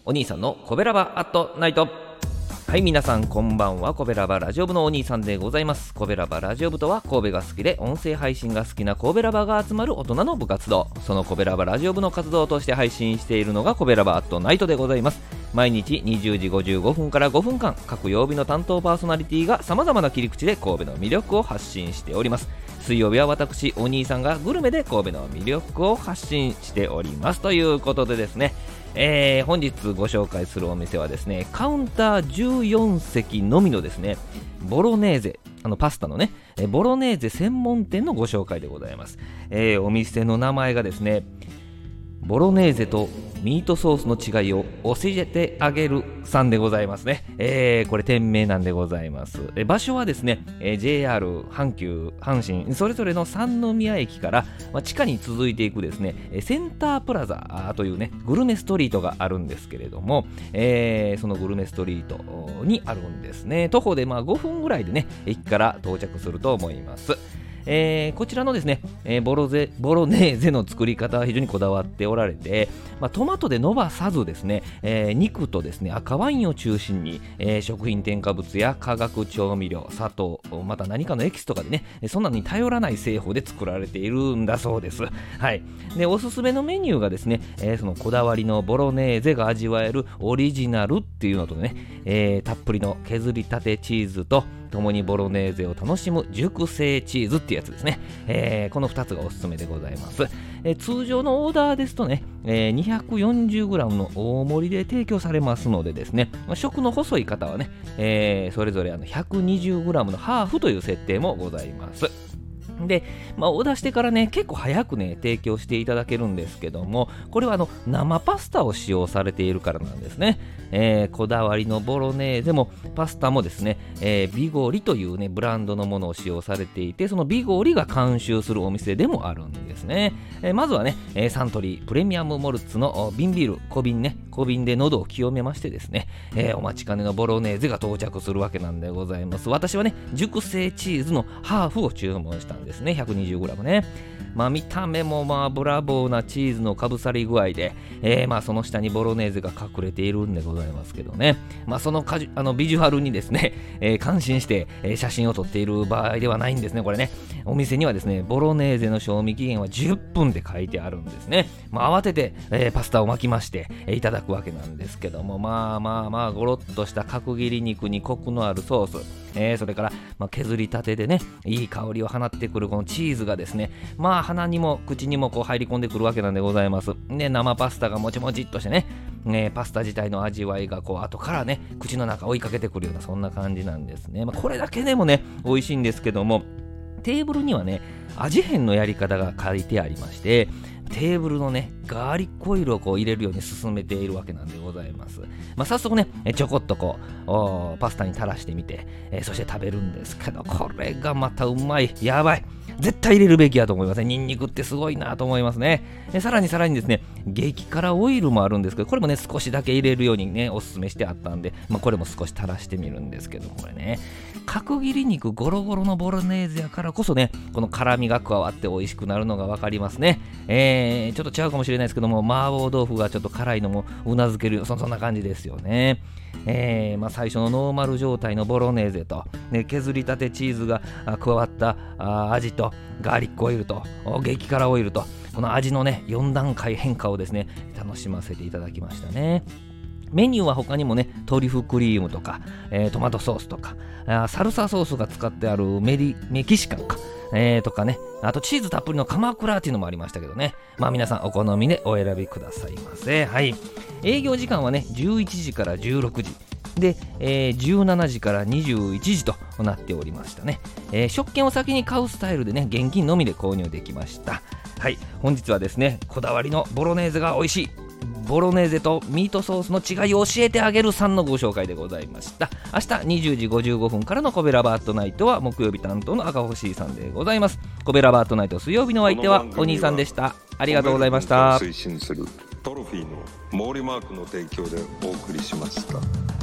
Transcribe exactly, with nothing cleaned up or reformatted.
お兄さんのコベラバアットナイト。はい、皆さんこんばんは。コベラバラジオ部のお兄さんでございます。コベラバラジオ部とは、神戸が好きで音声配信が好きな神戸ラバが集まる大人の部活動。そのコベラバラジオ部の活動として配信しているのがコベラバアットナイトでございます。毎日にじゅうじごじゅうごふんからごふんかん、各曜日の担当パーソナリティが様々な切り口で神戸の魅力を発信しております。水曜日は私お兄さんがグルメで神戸の魅力を発信しておりますということでですね、えー、本日ご紹介するお店はですね、カウンターじゅうよんせきのみのですね、ボロネーゼ、あのパスタのね、ボロネーゼ専門店のご紹介でございます。えー、お店の名前がですね、ボロネーゼとミートソースの違いを教えてあげるさんでございますね。えー、これ店名なんでございます。え場所はですね、えー、ジェイアール 阪急阪神それぞれの三宮駅から、まあ、地下に続いていくですね、センタープラザというねグルメストリートがあるんですけれども、えー、そのグルメストリートにあるんですね。徒歩でまあごふんぐらいでね駅から到着すると思います。えー、こちらのですね、えー、ボロゼ、ボロネーゼの作り方は非常にこだわっておられて、まあ、トマトで伸ばさずですね、えー、肉とですね赤ワインを中心に、えー、食品添加物や化学調味料、砂糖、また何かのエキスとかでね、そんなのに頼らない製法で作られているんだそうです。はい。で、おすすめのメニューがですね、えー、そのこだわりのボロネーゼが味わえるオリジナルっていうのとね、えー、たっぷりの削りたてチーズと共にボロネーゼを楽しむ熟成チーズっていうやつですね。えー、このふたつがおすすめでございます。えー、通常のオーダーですとね、えー、にひゃくよんじゅうグラム の大盛りで提供されますのでですね、まあ、食の細い方はね、えー、それぞれあの ひゃくにじゅうグラム のハーフという設定もございます。で、まあ、オーダーしてからね結構早くね提供していただけるんですけども、これはあの生パスタを使用されているからなんですね。えー、こだわりのボロネーゼもパスタもですね、えー、ビゴリというねブランドのものを使用されていて、そのビゴリが監修するお店でもあるんですね。えー、まずはね、えー、サントリープレミアムモルツの瓶ビール小瓶ね小瓶で喉を清めましてですね、えー、お待ちかねのボロネーゼが到着するわけなんでございます。私はね熟成チーズのハーフを注文したんですですね、 ひゃくにじゅうグラム ね。まあ見た目もまあブラボーなチーズのかぶさり具合で、えー、まあその下にボロネーゼが隠れているんでございますけどね、まあそのかじあのビジュアルにですね、えー、感心して、えー、写真を撮っている場合ではないんですね。これね、お店にはですねボロネーゼの賞味期限はじゅっぷんで書いてあるんですね。まあ慌てて、えー、パスタを巻きまして、えー、いただくわけなんですけども、まあまあまあゴロッとした角切り肉にコクのあるソース、えー、それから、まあ、削りたてでねいい香りを放ってくるこのチーズがですね、まあ鼻にも口にもこう入り込んでくるわけなんでございます。で、生パスタがもちもちっとしてね、ねパスタ自体の味わいがこう後からね口の中追いかけてくるようなそんな感じなんですね。まあ、これだけでもね美味しいんですけども、テーブルにはね味変のやり方が書いてありまして、テーブルのねガーリックオイルをこう入れるように進めているわけなんでございます。まあ、早速ねちょこっとこうパスタに垂らしてみて、えー、そして食べるんですけど、これがまたうまい、やばい、絶対入れるべきやと思いますね。ニンニクってすごいなと思いますね。でさらにさらにですね激辛オイルもあるんですけど、これもね少しだけ入れるようにねおすすめしてあったんで、まあ、これも少し垂らしてみるんですけど、これね角切り肉ゴロゴロのボロネーゼやからこそねこの辛みが加わって美味しくなるのが分かりますね。えー、ちょっと違うかもしれないですけども、麻婆豆腐がちょっと辛いのもうなずける そ, そんな感じですよね。えーまあ、最初のノーマル状態のボロネーゼと、ね、削りたてチーズが加わったあ味とガーリックオイルと激辛オイルと、この味のねよん段階変化をですね楽しませていただきましたね。メニューは他にもねトリュフクリームとか、えー、トマトソースとかあサルサソースが使ってあるメリメキシカンか、えー、とかね、あとチーズたっぷりの鎌倉っていうのもありましたけどね、まあ皆さんお好みでお選びくださいませ。はい。営業時間はねじゅういちじからじゅうろくじで、えー、じゅうしちじからにじゅういちじとなっておりましたね。えー、食券を先に買うスタイルでね現金のみで購入できました。はい。本日はですねこだわりのボロネーゼが美味しいボロネーゼとミートソースの違いを教えてあげるさんのご紹介でございました。明日にじゅうじごじゅうごふんからのコベラバートナイトは木曜日担当の赤星さんでございます。コベラバートナイト水曜日のお相手はお兄さんでした。ありがとうございました。 推進するトロフィーの毛利マークの提供でお送りしました。